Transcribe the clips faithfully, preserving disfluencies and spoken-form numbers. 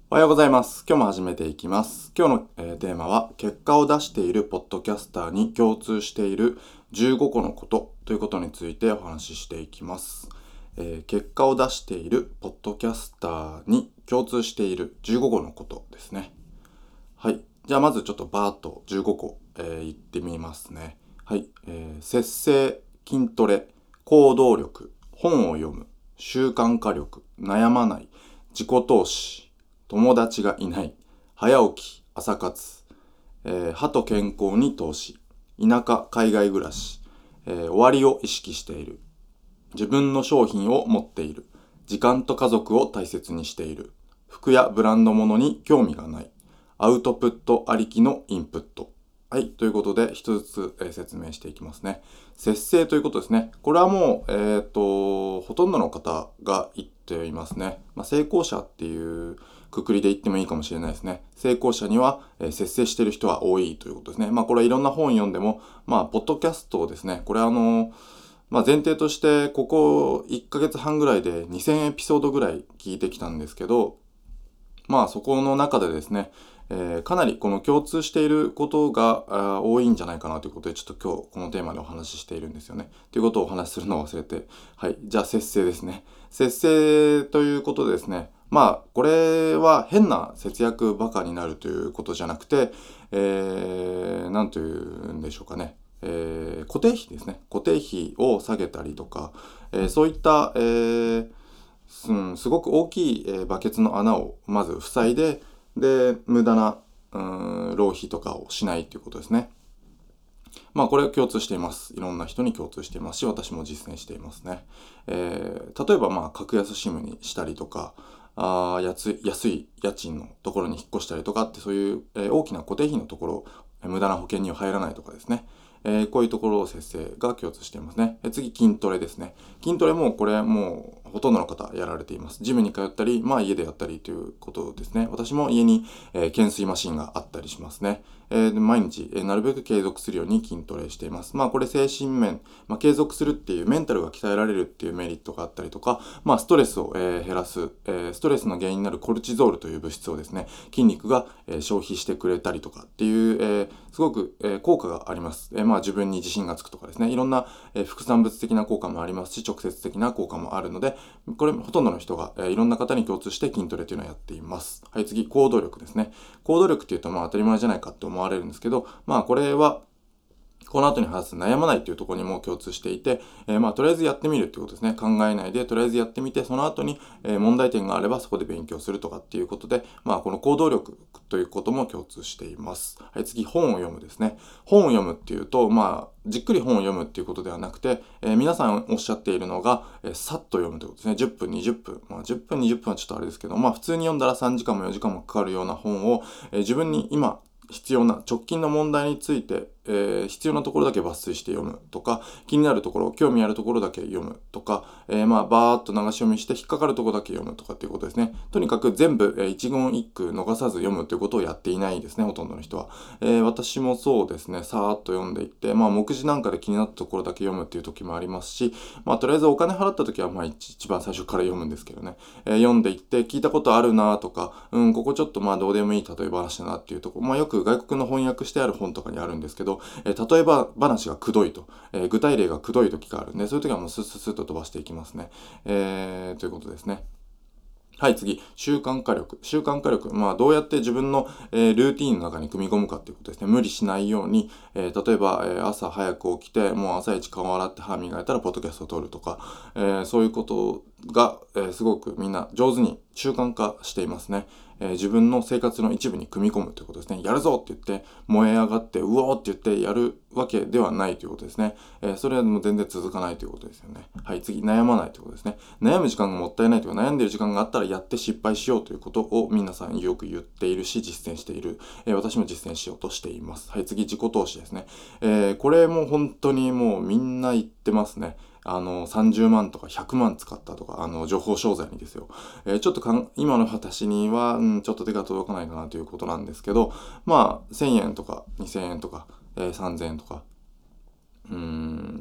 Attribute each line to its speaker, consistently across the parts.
Speaker 1: おはようございます。今日も始めていきます。今日の、えーテーマは、結果を出しているポッドキャスターに共通しているじゅうごこのことということについてお話ししていきます。えー結果を出しているポッドキャスターに共通しているじゅうごこのことですね。はい。じゃあまずちょっとバーッとじゅうごこ、えー言ってみますね。はい。えー節制、筋トレ、行動力、本を読む、習慣化力、悩まない、自己投資、友達がいない、早起き、朝活、えー歯と健康に投資、田舎、海外暮らし、えー終わりを意識している、自分の商品を持っている、時間と家族を大切にしている、服やブランド物に興味がない、アウトプットありきのインプット。はい。ということで、一つずつ、えー説明していきますね。節制ということですね。これはもう、えっ、と、ほとんどの方が言っていますね。まあ、成功者っていうくくりで言ってもいいかもしれないですね。成功者には、えー節制している人は多いということですね。まあ、これはいろんな本読んでも、まあ、ポッドキャストですね。これあのまあ、前提として、ここいっかげつはんぐらいでにせんエピソードぐらい聞いてきたんですけど、まあそこの中でですね、えーかなりこの共通していることがあー多いんじゃないかなということで、ちょっと今日このテーマでお話ししているんですよね。ということをお話しするのを忘れて、はい。じゃあ節制ですね。節制ということでですね、まあこれは変な節約バカになるということじゃなくて、えー、なんというんでしょうかね。えー固定費ですね。固定費を下げたりとか、えーそういった、えーうん、すごく大きい、えーバケツの穴をまず塞いで、で、無駄な、うん、浪費とかをしないということですね。まあこれは共通しています。いろんな人に共通していますし、私も実践していますね。えー例えばまあ格安シムにしたりとか、あー安い安い家賃のところに引っ越したりとかって、そういう、えー大きな固定費のところ、えー無駄な保険には入らないとかですね。えーこういうところを節制が共通していますね。えー次、筋トレですね。筋トレもこれもうほとんどの方やられています。ジムに通ったり、まあ家でやったりということですね。私も家に、えー懸垂マシンがあったりしますね。えーで毎日、えーなるべく継続するように筋トレしています。まあこれ精神面、まあ、継続するっていうメンタルが鍛えられるっていうメリットがあったりとか、まあストレスを、えー減らす、えーストレスの原因になるコルチゾールという物質をですね、筋肉が、えー消費してくれたりとかっていう、えーすごく、えー効果があります。えーまあ自分に自信がつくとかですね、いろんな、えー副産物的な効果もありますし、直接的な効果もあるので、これほとんどの人が、えーいろんな方に共通して筋トレというのをやっています。はい、次、行動力ですね。行動力っていうとまあ当たり前じゃないかって思われるんですけど、まあこれはこの後に話す悩まないというところにも共通していて、えーまあとりあえずやってみるっていうことですね。考えないでとりあえずやってみて、その後に、えー問題点があればそこで勉強するとかっていうことで、まあこの行動力ということも共通しています。はい、次、本を読むですね。本を読むっていうと、まあじっくり本を読むっていうことではなくて、えー皆さんおっしゃっているのが、えーさっと読むということですね。じゅっぷん、にじゅっぷん。まあじゅっぷん、にじゅっぷんはちょっとあれですけど、まあ普通に読んだらさんじかんもよじかんもかかるような本を、えー自分に今必要な直近の問題について、えー必要なところだけ抜粋して読むとか、気になるところ、興味あるところだけ読むとか、えーまあ、バーっと流し読みして引っかかるところだけ読むとかっていうことですね。とにかく全部、えー一言一句逃さず読むということをやっていないですね、ほとんどの人は。えー私もそうですね、さーっと読んでいって、まあ、目次なんかで気になったところだけ読むっていう時もありますし、まあ、とりあえずお金払った時は、まあ、一一番最初から読むんですけどね、えー読んでいって、聞いたことあるなとか、うん、ここちょっとまあ、どうでもいい例え話だなっていうところ、まあ、よく外国の翻訳してある本とかにあるんですけど、えー例えば話がくどいと、えー具体例がくどい時があるんで、そういう時はもうスッスッスッと飛ばしていきますね。えー、ということですね。はい、次。習慣化力。習慣化力。まあ、どうやって自分の、えールーティンの中に組み込むかっていうことですね。無理しないように、えー例えば、えー朝早く起きて、もう朝一顔洗って歯磨いたら、ポッドキャストを撮るとか、えーそういうことが、えーすごくみんな上手に習慣化していますね。えー自分の生活の一部に組み込むということですね。やるぞって言って、燃え上がって、うおーって言ってやるわけではないということですね。えーそれはもう全然続かないということですよね。はい、次、悩まないということですね。悩む時間がもったいないとか、悩んでる時間があったらやって失敗しようということを皆さんよく言っているし、実践している。えー私も実践しようとしています。はい、次、自己投資ですね。えーこれも本当にもうみんな言ってますね。あの、さんじゅうまんとかひゃくまん使ったとか、あの、情報商材にですよ。えーちょっとかん、今の私には、うん、ちょっと手が届かないかなということなんですけど、まあ、せんえんとかにせんえんとか、えーさんぜんえんとか、うーん、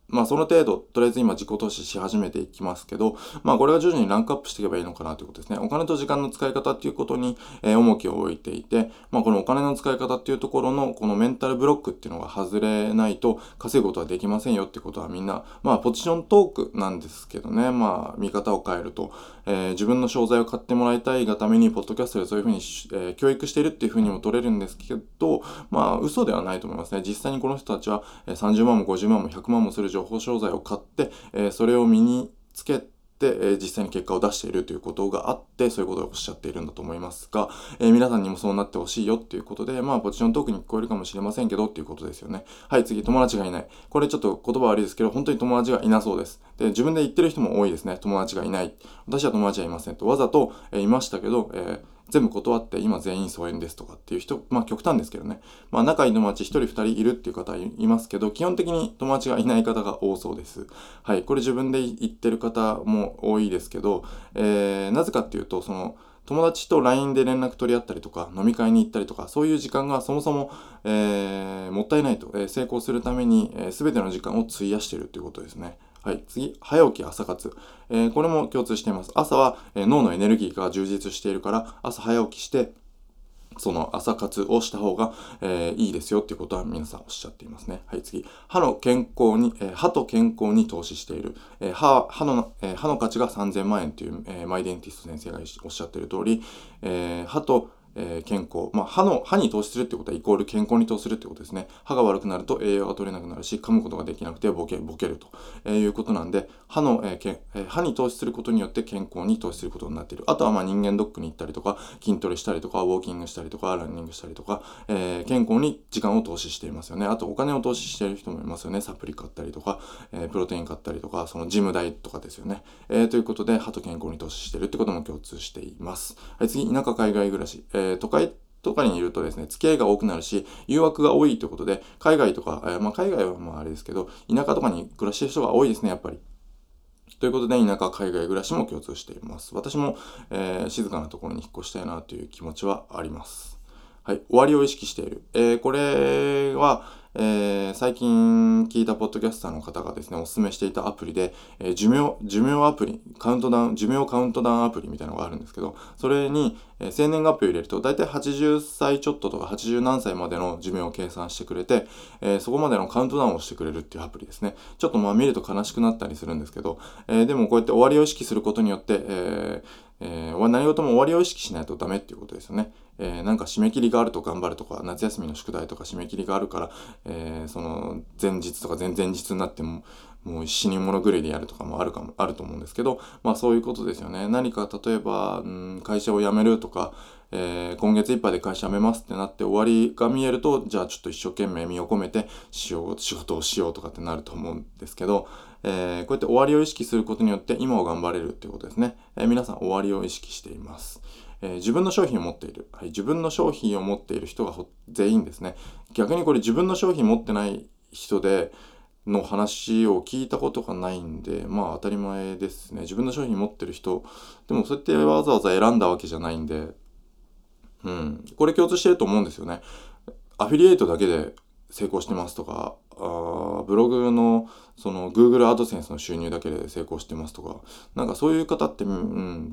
Speaker 1: まあその程度、とりあえず今自己投資し始めていきますけど、まあこれが徐々にランクアップしていけばいいのかなということですね。お金と時間の使い方っていうことに、えー重きを置いていて、まあこのお金の使い方っていうところのこのメンタルブロックっていうのが外れないと稼ぐことはできませんよっていうことはみんな、まあポジショントークなんですけどね、まあ見方を変えると、えー自分の商材を買ってもらいたいがために、ポッドキャストでそういうふうにし、えー教育しているっていうふうにも取れるんですけど、まあ嘘ではないと思いますね。実際にこの人たちはえーさんじゅうまんもごじゅうまんもひゃくまんもする情報商材を買って、えーそれを身につけて、えー実際に結果を出しているということがあって、そういうことをおっしゃっているんだと思いますが、えー皆さんにもそうなってほしいよっていうことで、まあポジショントークに聞こえるかもしれませんけどっていうことですよね。はい、次、友達がいない。これちょっと言葉悪いですけど、本当に友達がいなそうです。で、自分で言ってる人も多いですね。友達がいない。私は友達はいませんと。わざと、えーいましたけど、えー全部断って今全員疎遠ですとかっていう人、まあ極端ですけどね。まあ仲いい友達ひとりふたりいるっていう方いますけど、基本的に友達がいない方が多そうです。はい。これ自分で言ってる方も多いですけど、えーなぜかっていうと、その、友達と ライン で連絡取り合ったりとか、飲み会に行ったりとか、そういう時間がそもそも、えーもったいないと、えー成功するために、えー、全ての時間を費やしているということですね。はい。次、早起き朝活。えーこれも共通しています。朝は、えー脳のエネルギーが充実しているから、朝早起きして、その朝活をした方が、えーいいですよっていうことは皆さんおっしゃっていますね。はい、次。歯の健康に、えー歯と健康に投資している。えー歯、歯の、えー歯の価値がさんぜんまん円という、えーマイデンティスト先生がおっしゃっている通り、えー歯と、えー健康。まあ、歯の、歯に投資するってことはイコール健康に投資するってことですね。歯が悪くなると栄養が取れなくなるし、噛むことができなくてボケ、ボケると、えーいうことなんで、歯の、えーけえー歯に投資することによって健康に投資することになっている。あとはまあ人間ドックに行ったりとか、筋トレしたりとか、ウォーキングしたりとか、ランニングしたりとか、えー健康に時間を投資していますよね。あとお金を投資している人もいますよね。サプリ買ったりとか、えープロテイン買ったりとか、そのジム代とかですよね。えーということで、歯と健康に投資しているってことも共通しています。はい、次、田舎海外暮らし。えー都会とかにいるとですね、付き合いが多くなるし、誘惑が多いということで、海外とか、えーまあ海外はまああれですけど、田舎とかに暮らしてる人が多いですね、やっぱり。ということで、田舎海外暮らしも共通しています。私も、えー静かなところに引っ越したいなという気持ちはあります。はい。終わりを意識している。えーこれは、えー最近聞いたポッドキャスターの方がですね、お勧めしていたアプリで、えー寿命、寿命アプリ、カウントダウン、寿命カウントダウンアプリみたいなのがあるんですけど、それに、えー生年月日を入れると、だいたいはちじゅっさいちょっととかはちじゅう何歳までの寿命を計算してくれて、えーそこまでのカウントダウンをしてくれるっていうアプリですね。ちょっとまあ見ると悲しくなったりするんですけど、えーでもこうやって終わりを意識することによって、えーえー何事も終わりを意識しないとダメっていうことですよね。えーなんか締め切りがあると頑張るとか、夏休みの宿題とか締め切りがあるから、えーその前日とか前々日になっても、もう死に物狂いでやるとかもあるかも、あると思うんですけど、まあそういうことですよね。何か例えば、うん、会社を辞めるとか、えー今月いっぱいで会社辞めますってなって終わりが見えると、じゃあちょっと一生懸命身を込めてしよう、仕事をしようとかってなると思うんですけど、えーこうやって終わりを意識することによって今を頑張れるっていうことですね。えー皆さん終わりを意識しています。えー自分の商品を持っている、はい。自分の商品を持っている人がほ全員ですね。逆にこれ自分の商品持ってない人での話を聞いたことがないんで、まあ当たり前ですね。自分の商品持ってる人、でもそうやってわざわざ選んだわけじゃないんで、うん。これ共通してると思うんですよね。アフィリエイトだけで成功してますとか、あーブログのその Google アドセンスの収入だけで成功してますとか、なんかそういう方って、うん、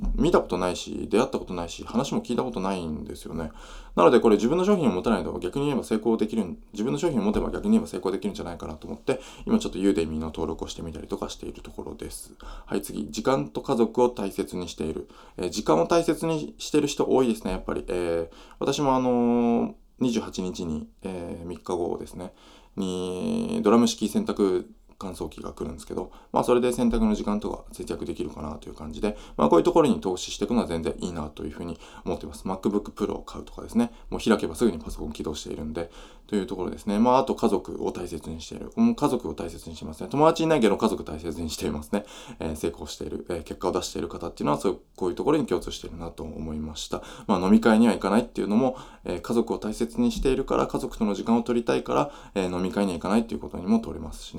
Speaker 1: 見たことないし、出会ったことないし、話も聞いたことないんですよね。なのでこれ自分の商品を持たないと逆に言えば成功できる、自分の商品を持てば逆に言えば成功できるんじゃないかなと思って、今ちょっとユーデミーの登録をしてみたりとかしているところです。はい、次。時間と家族を大切にしている。えー時間を大切にしている人多いですね、やっぱり。えー私もあのーにじゅうはちにちに、えーみっかごですね、にドラム式洗濯乾燥機が来るんですけど、まあそれで洗濯の時間とか節約できるかなという感じで、まあこういうところに投資していくのは全然いいなというふうに思っています。MacBook Pro を買うとかですね、もう開けばすぐにパソコン起動しているんで、というところですね。まああと家族を大切にしている。もう家族を大切にしてますね。友達いないけど家族大切にしていますね。えー成功している、えー結果を出している方っていうのはそう、こういうところに共通しているなと思いました。まあ飲み会には行かないっていうのも、えー家族を大切にしているから、家族との時間を取りたいから、えー飲み会には行かないっていうことにも取れますしね。はい、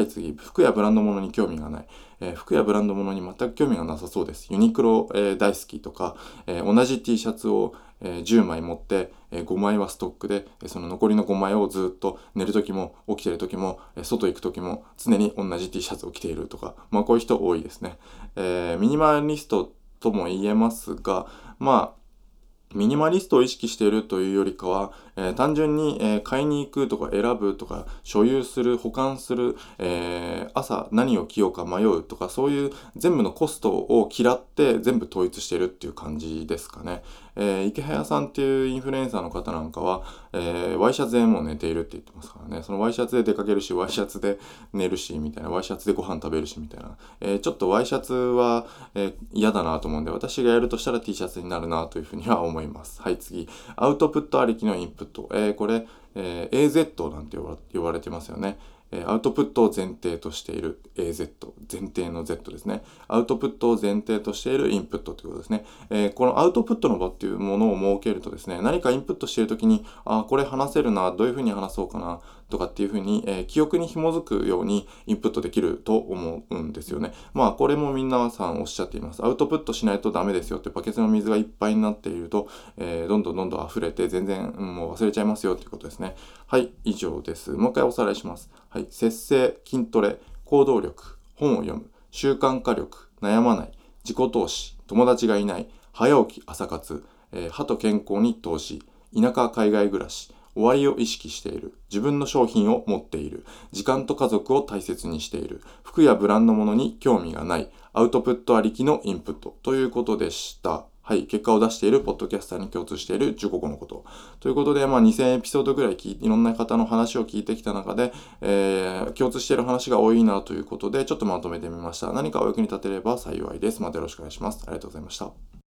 Speaker 1: 次、服やブランド物に興味がない。えー、服やブランド物に全く興味がなさそうです。ユニクロ、えー、大好きとか、えー、同じ T シャツを、えー、じゅうまい持って、えー、ごまいはストックで、その残りのごまいをずっと寝る時も起きてる時も、えー、外行く時も常に同じ T シャツを着ているとか、まあこういう人多いですね。えー、ミニマリストとも言えますが、まあミニマリストを意識しているというよりかは、えー、単純に、えー、買いに行くとか選ぶとか所有する保管する、えー、朝何を着ようか迷うとか、そういう全部のコストを嫌って全部統一しているっていう感じですかね。えー、池早さんっていうインフルエンサーの方なんかは、えー、ワイシャツでもう寝ているって言ってますからね。そのワイシャツで出かけるし、ワイシャツで寝るしみたいな、ワイシャツでご飯食べるしみたいな、えー、ちょっとワイシャツは、えー、嫌だなと思うんで、私がやるとしたら T シャツになるなというふうには思います。はい、次。アウトプットありきのインプット。えー、これ、えー、エーゼット なんて呼ば呼ばれてますよね。えー、アウトプットを前提としている エーゼット。前提の Z ですね。アウトプットを前提としているインプットということですね。えー、このアウトプットの場っていうものを設けるとですね、何かインプットしているときに、あ、これ話せるな、どういうふうに話そうかな、とかっていうふうに、えー、記憶に紐づくようにインプットできると思うんですよね。まあ、これも皆さんおっしゃっています。アウトプットしないとダメですよって、バケツの水がいっぱいになっていると、えー、どんどんどんどん溢れて全然、うん、もう忘れちゃいますよということですね。はい、以上です。もう一回おさらいします。はい、節制、筋トレ、行動力、本を読む、習慣化力、悩まない、自己投資、友達がいない、早起き朝活、えー、歯と健康に投資、田舎海外暮らし、終わりを意識している、自分の商品を持っている、時間と家族を大切にしている、服やブランド物に興味がない、アウトプットありきのインプットということでした。はい、結果を出しているポッドキャスターに共通しているじゅうごこのこと。ということで、まあ、にせんエピソードぐらいいろんな方の話を聞いてきた中で、えー、共通している話が多いなということで、ちょっとまとめてみました。何かお役に立てれば幸いです。またよろしくお願いします。ありがとうございました。